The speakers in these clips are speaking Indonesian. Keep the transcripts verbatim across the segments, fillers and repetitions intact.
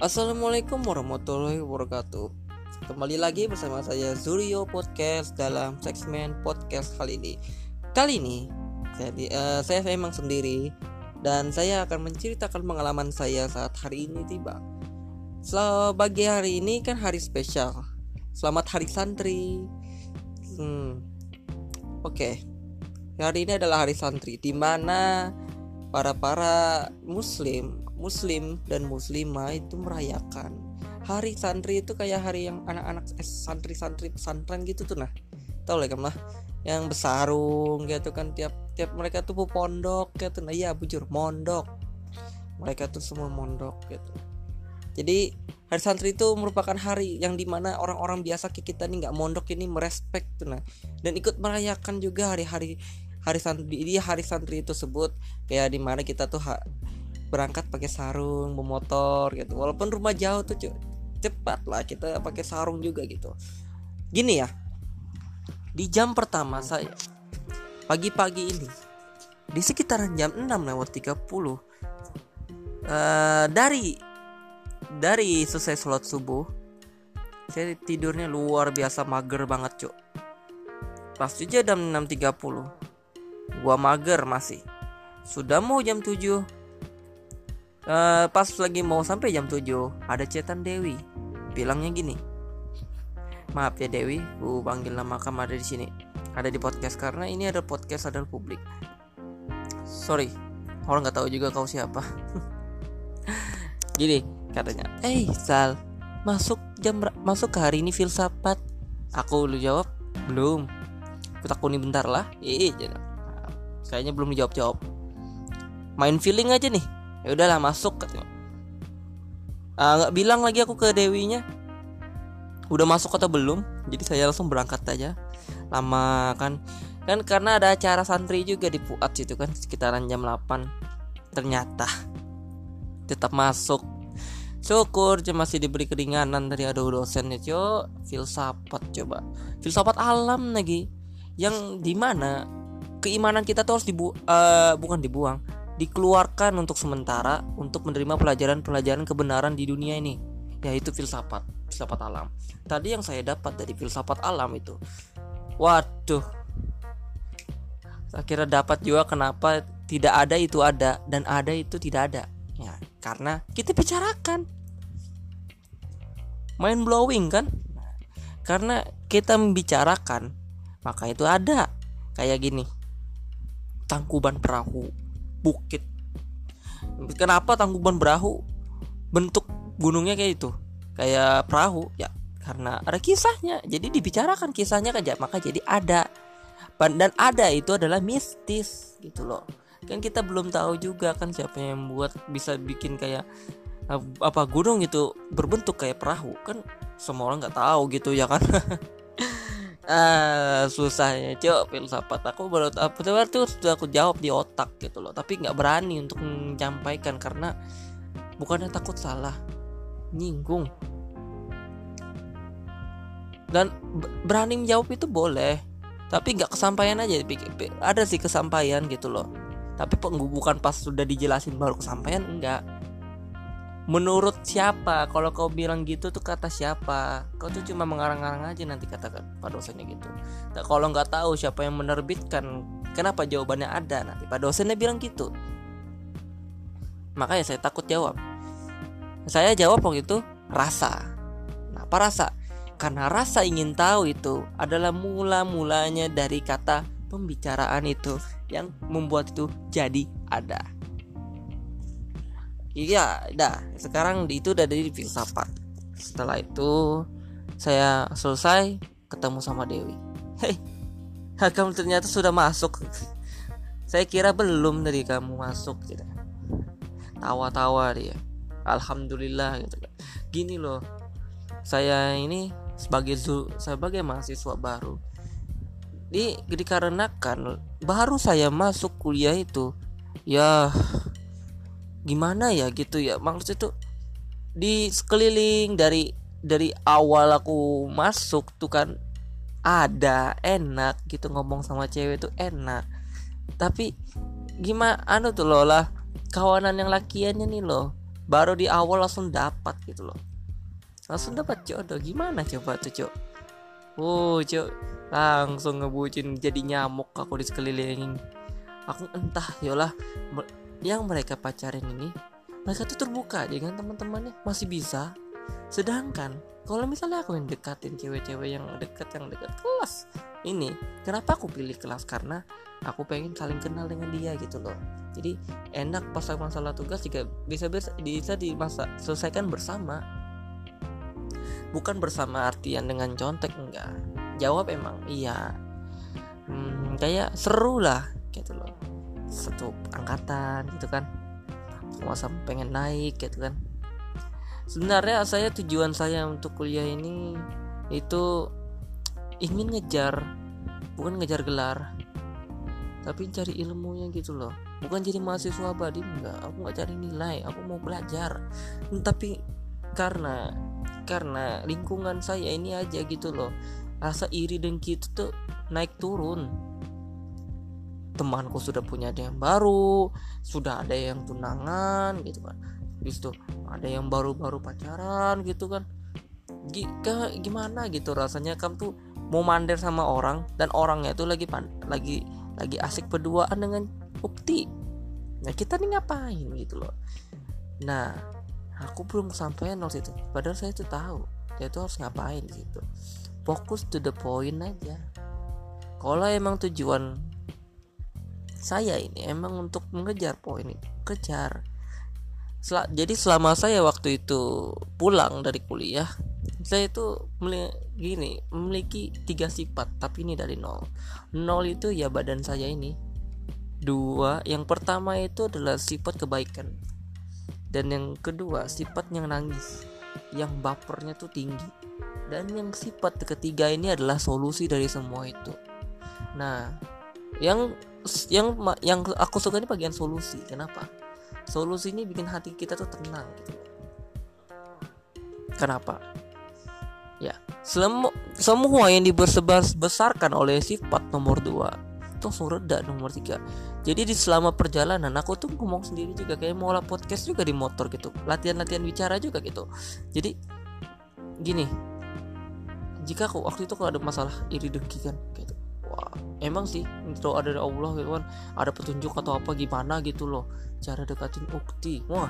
Assalamualaikum warahmatullahi wabarakatuh. Kembali lagi bersama saya Zurio Podcast dalam segmen podcast kali ini. Kali ini saya, uh, saya memang sendiri dan saya akan menceritakan pengalaman saya saat hari ini tiba. Sebagai hari ini kan hari spesial. Selamat Hari Santri. Hmm. Oke. Okay. Hari ini adalah Hari Santri, di mana para para muslim Muslim dan muslimah itu merayakan hari santri. Itu kayak hari yang anak-anak eh, santri-santri pesantren gitu tuh, nah tau lah kan lah, yang besarung gitu kan, tiap tiap mereka tuh pondok gitu. Nah iya bujur mondok, mereka tuh semua mondok gitu. Jadi hari santri itu merupakan hari yang dimana orang-orang biasa kayak kita nih nggak mondok ini merespek tuh, nah, dan ikut merayakan juga hari-hari hari santri. Dia hari santri itu sebut kayak dimana kita tuh ha- berangkat pakai sarung, memotor gitu. Walaupun rumah jauh tuh cuy, cepat lah kita pakai sarung juga gitu. Gini ya, di jam pertama saya pagi-pagi ini, di sekitaran jam enam lewat tiga puluh, uh, dari dari selesai sholat subuh, saya tidurnya luar biasa mager banget cuy. Pas juga jam enam tiga puluh, gua mager masih. Sudah mau jam tujuh, Uh, pas lagi mau sampai jam tujuh, ada chatan Dewi. Bilangnya gini, maaf ya Dewi, ku panggil nama kamu ada di sini, ada di podcast karena ini ada podcast adalah publik. Sorry, orang nggak tahu juga kau siapa. Gini katanya, eh hey, Sal, masuk jam masuk ke hari ini filsafat. Aku lu jawab belum. Aku takuni bentar lah. Iya, kayaknya belum dijawab jawab. Main feeling aja nih. Ya udahlah masuk katanya. Ah, nggak bilang lagi aku ke Dewinya udah masuk atau belum. Jadi saya langsung berangkat aja. Lama kan kan karena ada acara santri juga di Fuad situ kan, sekitaran jam delapan. Ternyata tetap masuk. Syukur cuma masih diberi keringanan dari ada dosennya. Cok, filsafat coba. Filsafat alam lagi, yang dimana keimanan kita tuh harus dibu uh, bukan dibuang, dikeluarkan untuk sementara untuk menerima pelajaran-pelajaran kebenaran di dunia ini, yaitu filsafat, filsafat alam. Tadi yang saya dapat dari filsafat alam itu, waduh, saya kira dapat juga kenapa tidak ada itu ada dan ada itu tidak ada. Ya, karena kita bicarakan, mind blowing kan? Karena kita membicarakan, maka itu ada. Kayak gini, Tangkuban Perahu, bukit. Kenapa Tangkuban Perahu bentuk gunungnya kayak itu, kayak perahu? Ya karena ada kisahnya. Jadi dibicarakan kisahnya kan, maka jadi ada. Dan ada itu adalah mistis gitu loh. Kan kita belum tahu juga kan siapa yang buat bisa bikin kayak apa gunung itu berbentuk kayak perahu. Kan semua orang nggak tahu gitu ya kan. Ah, susahnya cok filsafat. Aku baru apa tuh sudah aku jawab di otak gitu loh, tapi nggak berani untuk menyampaikan karena bukannya takut salah, nyinggung. Dan berani menjawab itu boleh, tapi nggak kesampaian aja. Ada sih kesampaian gitu loh, tapi bukan pas sudah dijelasin baru kesampaian, enggak. Menurut siapa? Kalau kau bilang gitu tuh kata siapa? Kau tuh cuma mengarang-arang aja nanti katakan Pak dosennya gitu. Nah, kalau nggak tahu siapa yang menerbitkan, kenapa jawabannya ada? Nanti Pak dosennya bilang gitu. Makanya saya takut jawab. Saya jawab waktu itu rasa. Kenapa rasa? Karena rasa ingin tahu itu adalah mula-mulanya dari kata pembicaraan itu yang membuat itu jadi ada. Iya, dah. Sekarang itu udah dari filsafat. Setelah itu saya selesai ketemu sama Dewi. Hei, kamu ternyata sudah masuk. Saya kira belum dari kamu masuk gitu. Tawa-tawa dia. Alhamdulillah gitu kan. Gini loh. Saya ini sebagai sebagai mahasiswa baru. Di dikarenakan baru saya masuk kuliah itu. Ya gimana ya gitu ya, maksudnya tuh di sekeliling dari dari awal aku masuk tuh kan ada enak gitu, ngomong sama cewek tuh enak, tapi gimana anu tuh loh lah, kawanan yang lakiannya nih loh baru di awal langsung dapat gitu loh, langsung dapat jodoh. Gimana coba tuh cok? Oh cok, langsung ngebucin jadi nyamuk aku di sekeliling aku. Entah yolah, yang mereka pacarin ini mereka tuh terbuka dengan teman-temannya masih bisa. Sedangkan kalau misalnya aku yang dekatin cewek-cewek yang dekat yang dekat kelas ini, kenapa aku pilih kelas? Karena aku pengen saling kenal dengan dia gitu loh. Jadi enak pas masalah tugas juga bisa bisa, bisa di masa selesaikan bersama. Bukan bersama artian dengan contek, enggak. Jawab emang iya. Hmm, kayak seru lah gitu loh. Satu angkatan gitu kan. Sama-sama pengen naik gitu kan. Sebenarnya saya tujuan saya untuk kuliah ini itu ingin ngejar, bukan ngejar gelar, tapi cari ilmunya gitu loh. Bukan jadi mahasiswa abadi, enggak. Aku nggak cari nilai, aku mau belajar. Tapi karena karena lingkungan saya ini aja gitu loh, rasa iri dengki itu tuh naik turun. Temanku sudah punya ada yang baru, sudah ada yang tunangan gitu kan. Habis itu ada yang baru-baru pacaran gitu kan. G- gimana gitu rasanya kamu tuh mau mandir sama orang dan orangnya tuh lagi pan- lagi lagi asik berduaan dengan ukti. Nah kita nih ngapain gitu loh. Nah aku belum kesampaian waktu itu, padahal saya tuh tahu saya tuh harus ngapain gitu. Fokus to the point aja. Kalau emang tujuan saya ini emang untuk mengejar poin itu, kejar. Sel- jadi selama saya waktu itu pulang dari kuliah, saya itu meli- gini memiliki tiga sifat, tapi ini dari nol. Nol itu ya badan saya ini. Dua, yang pertama itu adalah sifat kebaikan, dan yang kedua sifat yang nangis, yang bapernya tuh tinggi, dan yang sifat ketiga ini adalah solusi dari semua itu. Nah, yang yang yang aku suka ini bagian solusi. Kenapa? Solusi ini bikin hati kita tuh tenang gitu. Kenapa? Ya, semua semua yang dibesar-besarkan oleh sifat nomor dua itu langsung reda nomor tiga. Jadi di selama perjalanan aku tuh ngomong sendiri juga, kayak mau lah podcast juga di motor gitu, latihan-latihan bicara juga gitu. Jadi gini, jika aku waktu itu kalau ada masalah iri dengki kan gitu, wah emang sih itu ada dari Allah gitu kan, ada petunjuk atau apa gimana gitu loh cara dekatin ukti. Wah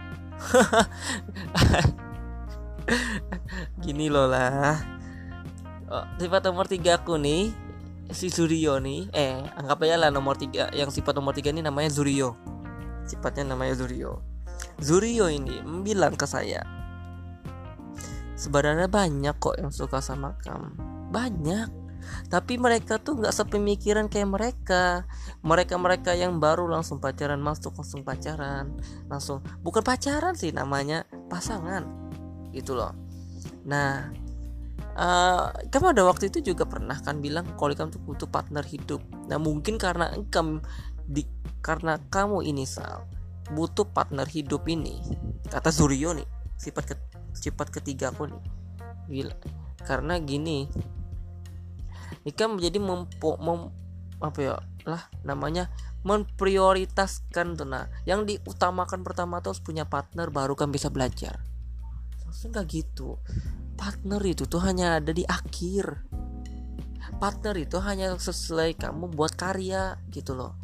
gini loh lah. Oh, sifat nomor tiga aku nih si Suryo nih, eh anggap aja lah nomor tiga, yang sifat nomor tiga ini namanya Suryo. Sifatnya namanya Suryo. Suryo ini bilang ke saya, sebenarnya banyak kok yang suka sama kamu, banyak. Tapi mereka tuh nggak sepemikiran kayak mereka. Mereka-mereka yang baru langsung pacaran, masuk langsung pacaran, langsung bukan pacaran sih namanya, pasangan gitu loh. Nah, uh, kamu ada waktu itu juga pernah kan bilang kalau kamu tuh butuh partner hidup. Nah mungkin karena kamu di karena kamu ini Sal butuh partner hidup ini, kata Suryo nih, sifat ke, sifat ketiga aku nih. Gila. Karena gini, Ika menjadi mempo, mem, apa ya lah namanya memprioritaskan tuh. Nah yang diutamakan pertama tuh harus punya partner, baru kan bisa belajar. Maksudnya nggak gitu. Partner itu tuh hanya ada di akhir. Partner itu hanya sesuai kamu buat karya gitu loh.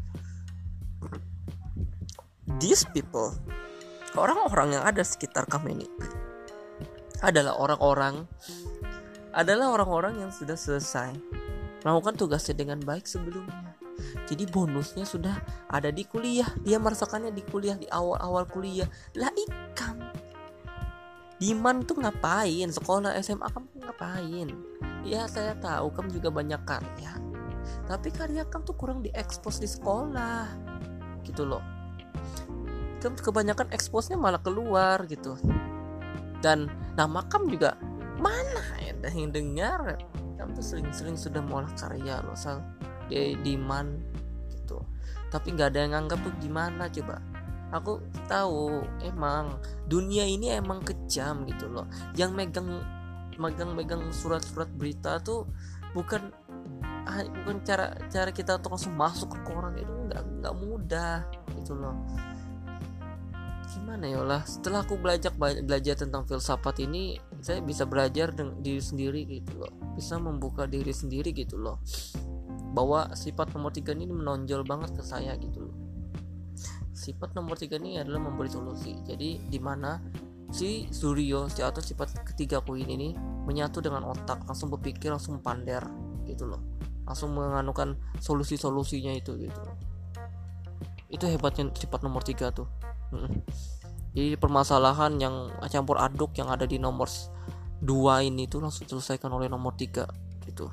These people, orang-orang yang ada sekitar kamu ini adalah orang-orang adalah orang-orang yang sudah selesai melakukan tugasnya dengan baik sebelumnya. Jadi bonusnya sudah ada di kuliah. Dia merasakannya di kuliah, di awal-awal kuliah. Lah ikam Diman tuh ngapain? Sekolah S M A kamu ngapain? Ya saya tahu kamu juga banyak karya, tapi karya kamu tuh kurang diekspos di sekolah gitu loh. Kamu kebanyakan eksposnya malah keluar gitu. Dan nama kamu juga mana ya yang dengar. Kamu tuh sering-sering sudah mengolah karya loh Sal, di Diman gitu. Tapi nggak ada yang nganggap tuh gimana coba. Aku tahu emang dunia ini emang kejam gitu loh. Yang megang megang-megang surat-surat berita tuh bukan bukan cara cara kita untuk langsung masuk ke koran itu nggak nggak mudah gitu loh. gimana ya lah, setelah aku belajar belajar tentang filsafat ini, saya bisa belajar dengan diri sendiri gitu loh, bisa membuka diri sendiri gitu loh, bahwa sifat nomor tiga ini menonjol banget ke saya gitu loh. Sifat nomor tiga ini adalah memberi solusi. Jadi dimana si Suryo, si atau sifat ketiga aku ini nih menyatu dengan otak, langsung berpikir, langsung pander gitu loh, langsung menganukan solusi-solusinya itu gitu loh. Itu hebatnya sifat nomor tiga tuh. Jadi permasalahan yang campur aduk yang ada di nomor dua ini tuh langsung diselesaikan oleh nomor tiga gitu.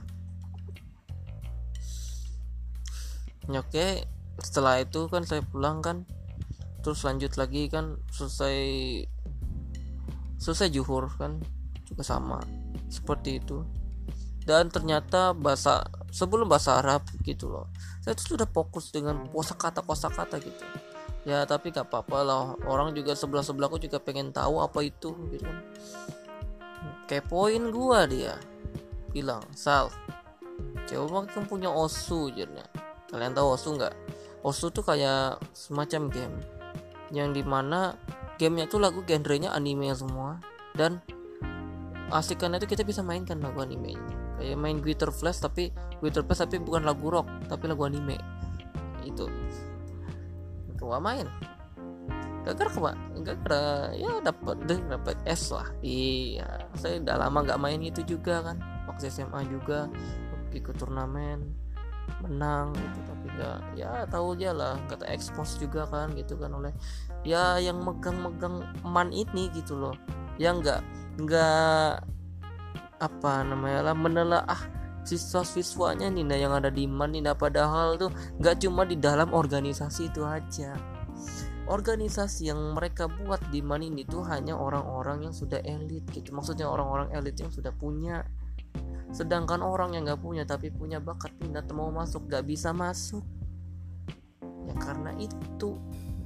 Oke, setelah itu kan saya pulang kan, terus lanjut lagi kan, selesai selesai zuhur kan juga sama seperti itu. Dan ternyata bahasa sebelum bahasa Arab gitu loh, saya tuh sudah fokus dengan kosakata kosakata gitu. Ya tapi gak apa-apa lah, orang juga sebelah-sebelahku juga pengen tahu apa itu gitu kan. Kepoin gua, dia bilang, "Sal, coba kamu punya Osu." Jadinya, kalian tahu Osu nggak? Osu tuh kayak semacam game yang dimana gamenya tuh lagu genrenya anime semua, dan asikannya itu kita bisa mainkan lagu anime, kayak main Glitter Flash tapi Glitter Flash tapi bukan lagu rock tapi lagu anime itu. Gua main gara-gara apa? Gara-gara ya dapat deh dapat S lah. Iya, saya udah lama nggak main itu juga kan, waktu S M A juga ikut turnamen menang gitu, tapi nggak, ya tahu aja lah, kata expose juga kan gitu kan oleh ya yang megang-megang man ini gitu loh, yang nggak nggak apa namanya lah menelaah siswa-siswanya nih nah yang ada di man nih. Nah padahal tuh nggak cuma di dalam organisasi itu aja, organisasi yang mereka buat di man ini tuh hanya orang-orang yang sudah elit gitu, maksudnya orang-orang elit yang sudah punya, sedangkan orang yang nggak punya tapi punya bakat minat mau masuk nggak bisa masuk. Ya karena itu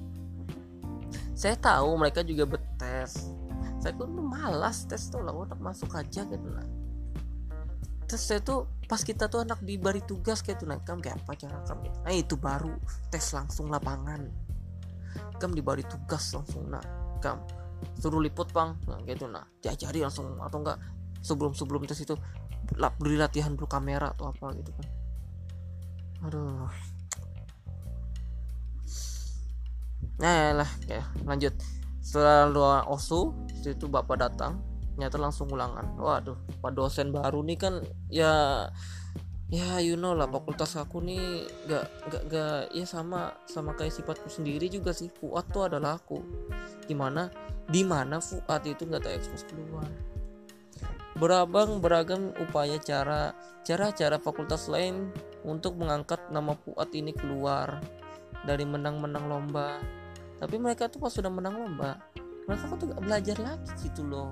saya tahu mereka juga bertes, saya pun malas tes tuh lah, udah masuk aja gitu lah. Terus saya tuh pas kita tuh anak diberi tugas kayak tuh, nah kamu kayak apa cara kamu gitu. Nah itu baru tes langsung lapangan, kamu diberi tugas langsung, nah kamu suruh liput bang, nah gitu, nah diajari langsung, atau enggak sebelum sebelum tes itu beri latihan dulu kamera atau apa gitu kan. Aduh, nah lah ya lanjut. Setelah doa Osu itu bapak datang, ternyata langsung ulangan. Waduh, pak dosen baru nih kan, ya ya you know lah, fakultas aku nih gak gak gak ya sama sama kayak sifatku sendiri juga sih. Fuad tuh adalah aku, dimana dimana Fuad itu nggak terekspos keluar. Berabang beragam upaya cara cara cara fakultas lain untuk mengangkat nama Fuad ini keluar dari menang-menang lomba. Tapi mereka tuh pas sudah menang lomba, mereka tuh gak belajar lagi gitu loh.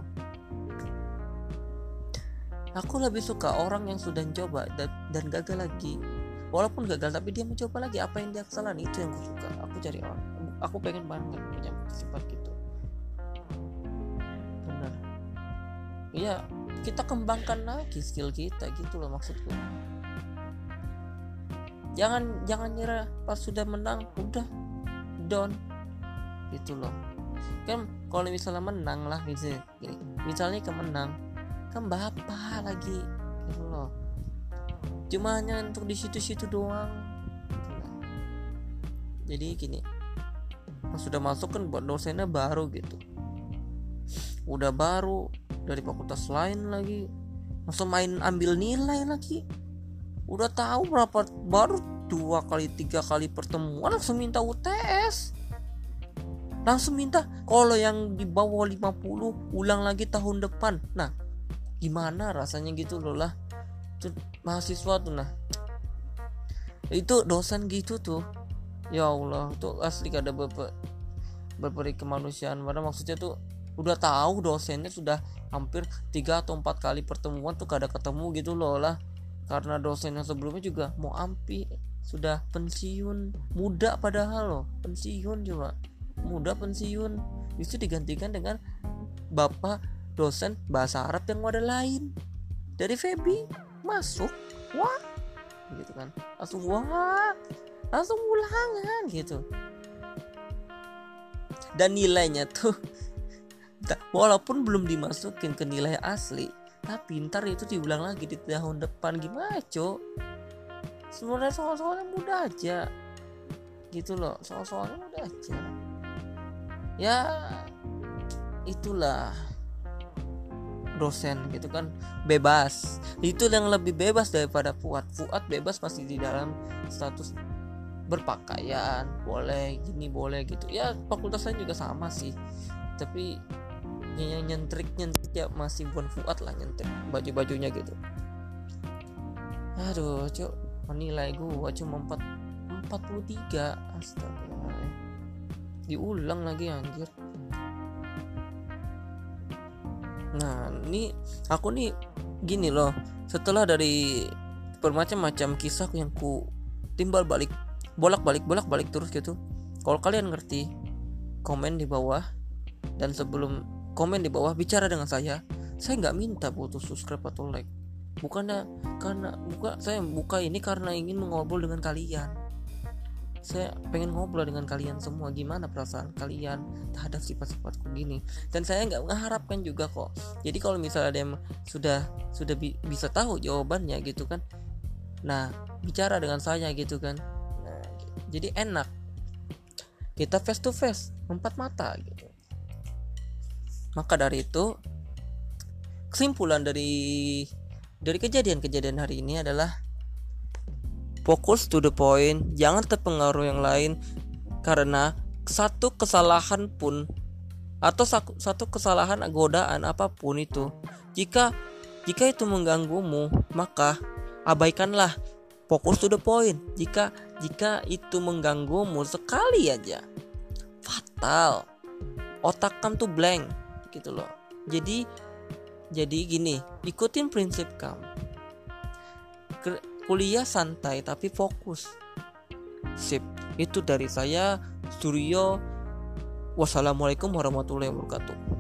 Aku lebih suka orang yang sudah coba dan, dan gagal lagi. Walaupun gagal tapi dia mencoba lagi, apa yang dia kesalahan, itu yang aku suka. Aku cari orang, aku pengen banget punya sifat gitu. Benar. Iya, kita kembangkan lagi skill kita gitu loh maksudku. Jangan jangan nyerah pas sudah menang, udah down gitu loh. Kan kalau misalnya menang lah misalnya gini, misalnya kemenang kan bapak lagi gitu loh, cuma hanya untuk di situ-situ doang gitu loh. Jadi gini, pas sudah masuk kan buat dosennya baru gitu, udah baru dari fakultas lain lagi, langsung main ambil nilai lagi, udah tahu berapa, baru dua kali tiga kali pertemuan langsung minta U T S, langsung minta kalau yang di bawah lima puluh ulang lagi tahun depan. Nah gimana rasanya gitu loh lah, itu mahasiswa tuh, nah itu dosen gitu tuh, ya Allah tuh asli ada beberapa berperi kemanusiaan. Padahal maksudnya tuh udah tahu dosennya sudah hampir tiga atau empat kali pertemuan tuh kada ketemu gitu loh lah, karena dosen yang sebelumnya juga mau ampi, sudah pensiun muda, padahal loh pensiun juga muda pensiun, itu digantikan dengan bapak dosen bahasa Arab yang wadah lain dari Febi masuk, wah gitu kan, langsung wah langsung ulangan gitu. dan nilainya tuh walaupun belum dimasukin ke nilai asli, tapi ntar itu diulang lagi di tahun depan. Gimana cok? Sebenarnya soal-soalnya mudah aja gitu loh, soal-soalnya mudah aja ya. Itulah dosen gitu kan, bebas. Itu yang lebih bebas daripada Fuad. Fuad bebas masih di dalam status berpakaian, boleh gini boleh gitu ya. Fakultas lain juga sama sih, tapi yang nyentrik nyentrik ya masih bukan Fuad lah, nyentrik baju-bajunya gitu. Aduh cok, nilai gua cuma empat puluh tiga. Astaga, diulang lagi anjir. Nah ini aku nih gini loh, setelah dari bermacam-macam kisah yang ku timbal balik bolak balik bolak balik terus gitu. Kalau kalian ngerti, komen di bawah. Dan sebelum komen di bawah, bicara dengan saya. Saya nggak minta butuh subscribe atau like. Bukannya karena buka saya buka ini karena ingin mengobrol dengan kalian. Saya pengen ngobrol dengan kalian semua, gimana perasaan kalian terhadap sifat-sifatku gini. Dan saya nggak mengharapkan juga kok. Jadi kalau misalnya ada yang sudah sudah bi- bisa tahu jawabannya gitu kan, nah bicara dengan saya gitu kan. Nah, jadi enak. Kita face to face, empat mata gitu. Maka dari itu, kesimpulan dari dari kejadian-kejadian hari ini adalah fokus to the point, jangan terpengaruh yang lain, karena satu kesalahan pun atau satu kesalahan godaan apapun itu, jika jika itu mengganggumu, maka abaikanlah. Fokus to the point. Jika jika itu mengganggumu sekali aja, fatal. Otak kamu tuh blank gitu loh. Jadi jadi gini, ikutin prinsip kamu. Kuliah santai tapi fokus. Sip. Itu dari saya, Suryo. Wassalamualaikum warahmatullahi wabarakatuh.